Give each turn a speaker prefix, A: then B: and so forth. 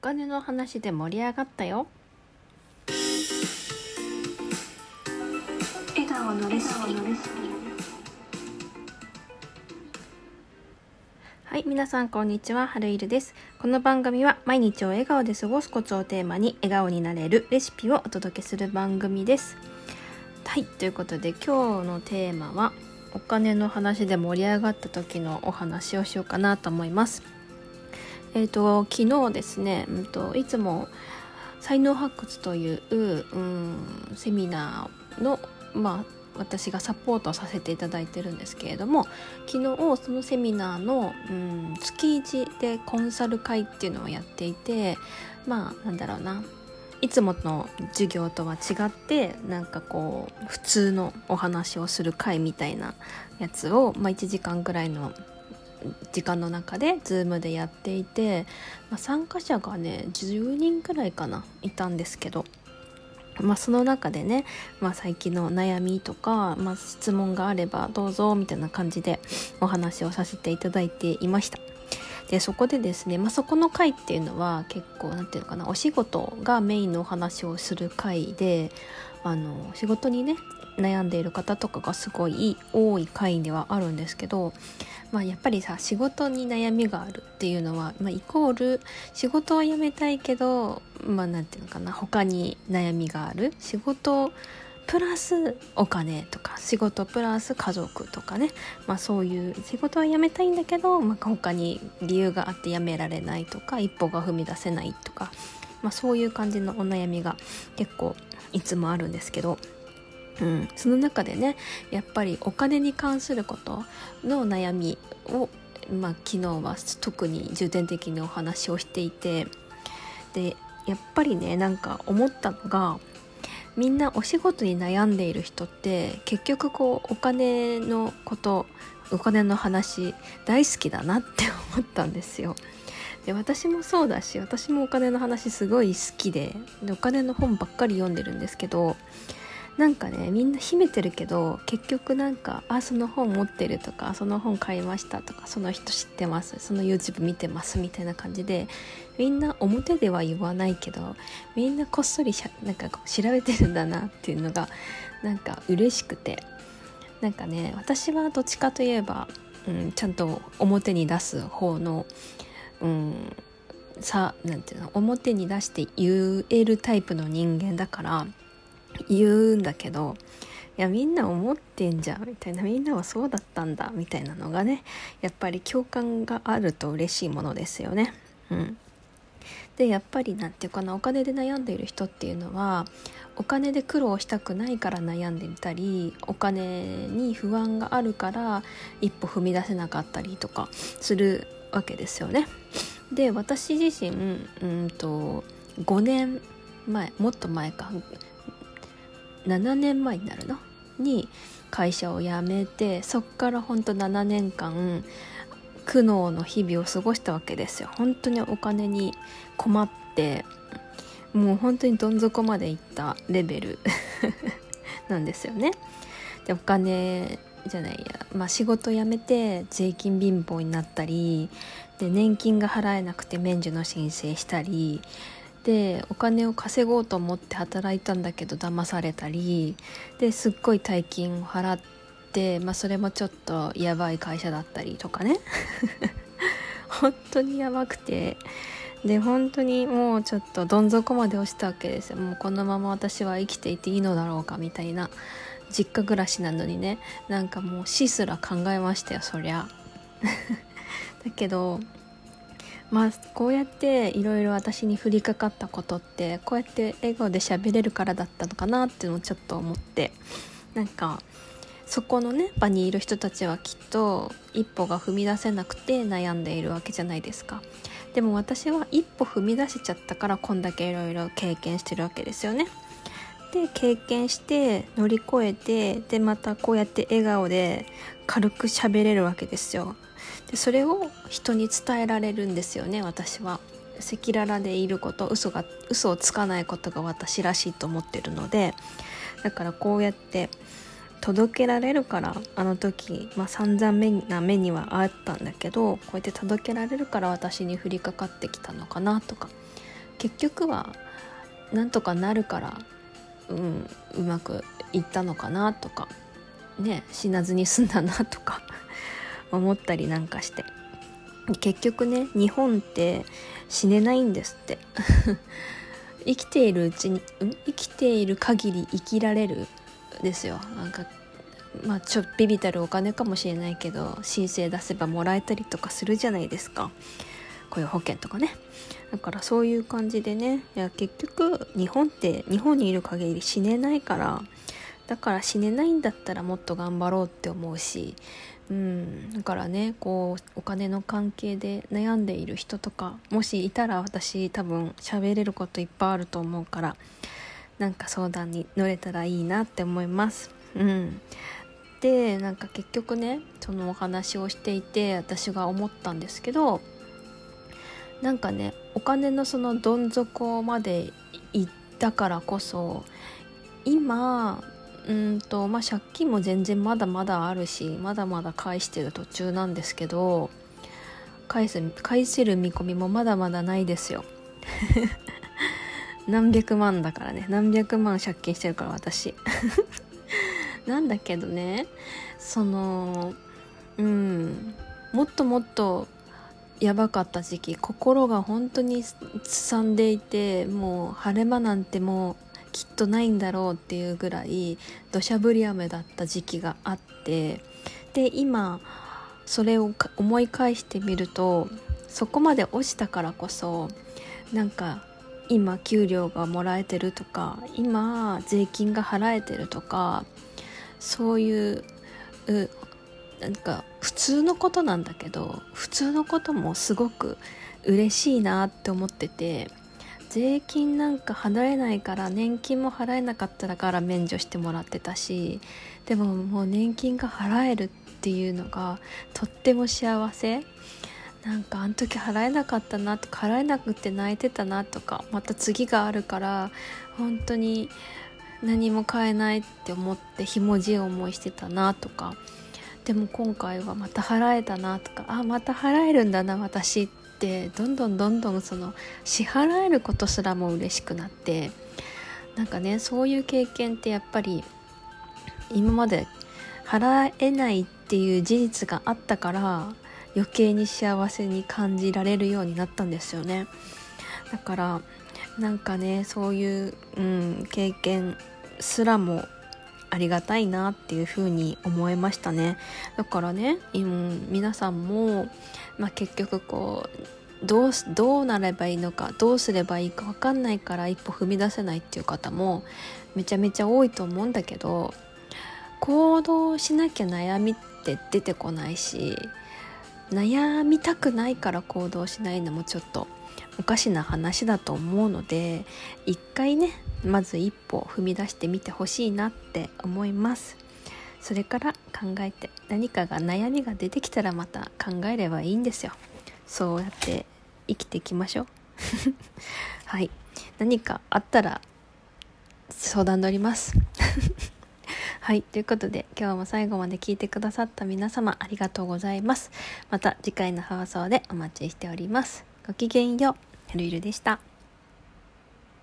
A: 金の話で盛り上がったよ。
B: 笑顔のレシピ。
A: はい、皆さんこんにちは、はるいるです。この番組は毎日を笑顔で過ごすコツをテーマに笑顔になれるレシピをお届けする番組です。はい、ということで今日のテーマはお金の話で盛り上がった時のお話をしようかなと思います。昨日ですね、いつも才能発掘という、セミナーの、私がサポートさせていただいてるんですけれども、昨日そのセミナーの、月1でコンサル会っていうのをやっていて、いつもの授業とは違って普通のお話をする会みたいなやつを、1時間ぐらいの時間の中でZoomでやっていて、参加者がね10人くらいかないたんですけど、その中でね、最近の悩みとか、質問があればどうぞみたいな感じでお話をさせていただいていました。でそこでですね、そこの会っていうのは結構お仕事がメインのお話をする会で、仕事にね悩んでいる方とかがすごい多い会ではあるんですけど、やっぱり仕事に悩みがあるっていうのは、イコール仕事は辞めたいけど、他に悩みがある、仕事プラスお金とか仕事プラス家族とかね、そういう仕事は辞めたいんだけど、他に理由があって辞められないとか、一歩が踏み出せないとか、そういう感じのお悩みが結構いつもあるんですけど、その中でねやっぱりお金に関することの悩みを、昨日は特に重点的にお話をしていて、でやっぱりね思ったのが、みんなお仕事に悩んでいる人って結局お金のこと、お金の話大好きだなって思ったんですよ。で私もそうだし、私もお金の話すごい好きでお金の本ばっかり読んでるんですけど、みんな秘めてるけど結局その本持ってるとか、その本買いましたとか、その人知ってます、その YouTube 見てますみたいな感じで、みんな表では言わないけどみんなこっそり調べてるんだなっていうのが嬉しくて、私はどっちかといえば、ちゃんと表に出す方の、表に出して言えるタイプの人間だから言うんだけど、いやみんな思ってんじゃんみたいな、みんなはそうだったんだみたいなのがね、やっぱり共感があると嬉しいものですよね。でやっぱりお金で悩んでいる人っていうのは、お金で苦労したくないから悩んでいたり、お金に不安があるから一歩踏み出せなかったりとかするわけですよね。で私自身5年前、もっと前か、7年前になるのに会社を辞めて、そっから本当7年間苦悩の日々を過ごしたわけですよ。本当にお金に困って、もう本当にどん底までいったレベルなんですよね。でお金じゃないや、仕事辞めて税金貧乏になったりで、年金が払えなくて免除の申請したりで、お金を稼ごうと思って働いたんだけど騙されたりですっごい大金を払って、それもちょっとやばい会社だったりとかね本当にやばくて、で本当にもうちょっとどん底まで落ちたわけですよ。もうこのまま私は生きていていいのだろうかみたいな、実家暮らしなのにね、もう死すら考えましたよ、そりゃだけどこうやっていろいろ私に降りかかったことって、こうやって笑顔で喋れるからだったのかなっていうのをちょっと思って、そこのね場にいる人たちはきっと一歩が踏み出せなくて悩んでいるわけじゃないですか。でも私は一歩踏み出せちゃったからこんだけいろいろ経験してるわけですよね。で経験して乗り越えて、でまたこうやって笑顔で軽く喋れるわけですよ。でそれを人に伝えられるんですよね。私は赤裸々でいること、嘘をつかないことが私らしいと思ってるので、だからこうやって届けられるから、あの時、散々な目にはあったんだけど、こうやって届けられるから私に降りかかってきたのかなとか結局はなんとかなるから、うまくいったのかなとかね、死なずに済んだなとか思ったりなんかして、結局ね、日本って死ねないんですって生きているうちに、生きている限り生きられるですよ。なんかちょっとビビたるお金かもしれないけど、申請出せばもらえたりとかするじゃないですか、雇用保険とかね。だからそういう感じでね、いや結局日本にいる限り死ねないから、だから死ねないんだったらもっと頑張ろうって思うし、だからね、こうお金の関係で悩んでいる人とかもしいたら、私多分喋れることいっぱいあると思うから、なんか相談に乗れたらいいなって思います。で、なんか結局ね、そのお話をしていて私が思ったんですけど、なんかね、お金のそのどん底まで行ったからこそ、今借金も全然まだまだあるし、まだまだ返してる途中なんですけど、返せる見込みもまだまだないですよ何百万だからね、何百万借金してるから私なんだけどね、もっともっとやばかった時期、心が本当にすさんでいて、もう晴れ間なんてもうきっとないんだろうっていうぐらい土砂降り雨だった時期があって、で今それを思い返してみると、そこまで落ちたからこそ、なんか今給料がもらえてるとか、今税金が払えてるとか、そういうなんか普通のことなんだけど、普通のこともすごく嬉しいなって思ってて、税金なんか払えないから、年金も払えなかったから免除してもらってたし、でももう年金が払えるっていうのがとっても幸せ。なんかあの時払えなかったなとか、払えなくて泣いてたなとか、また次があるから本当に何も買えないって思ってひもじい思いしてたなとか、でも今回はまた払えたなとか、また払えるんだな私って、どんどんその支払えることすらも嬉しくなって、なんかね、そういう経験ってやっぱり今まで払えないっていう事実があったから、余計に幸せに感じられるようになったんですよね。だからなんかね、そういう、経験すらもありがたいなっていう風に思いましたね。だからね、皆さんも、結局こうどうなればいいのか、どうすればいいか分かんないから一歩踏み出せないっていう方もめちゃめちゃ多いと思うんだけど、行動しなきゃ悩みって出てこないし、悩みたくないから行動しないのもちょっとおかしな話だと思うので、一回ね、まず一歩踏み出してみてほしいなって思います。それから考えて、何かが悩みが出てきたらまた考えればいいんですよ。そうやって生きていきましょうはい、何かあったら相談乗りますはい、ということで今日も最後まで聞いてくださった皆様ありがとうございます。また次回の放送でお待ちしております。ごきげんよう。はるいるでした。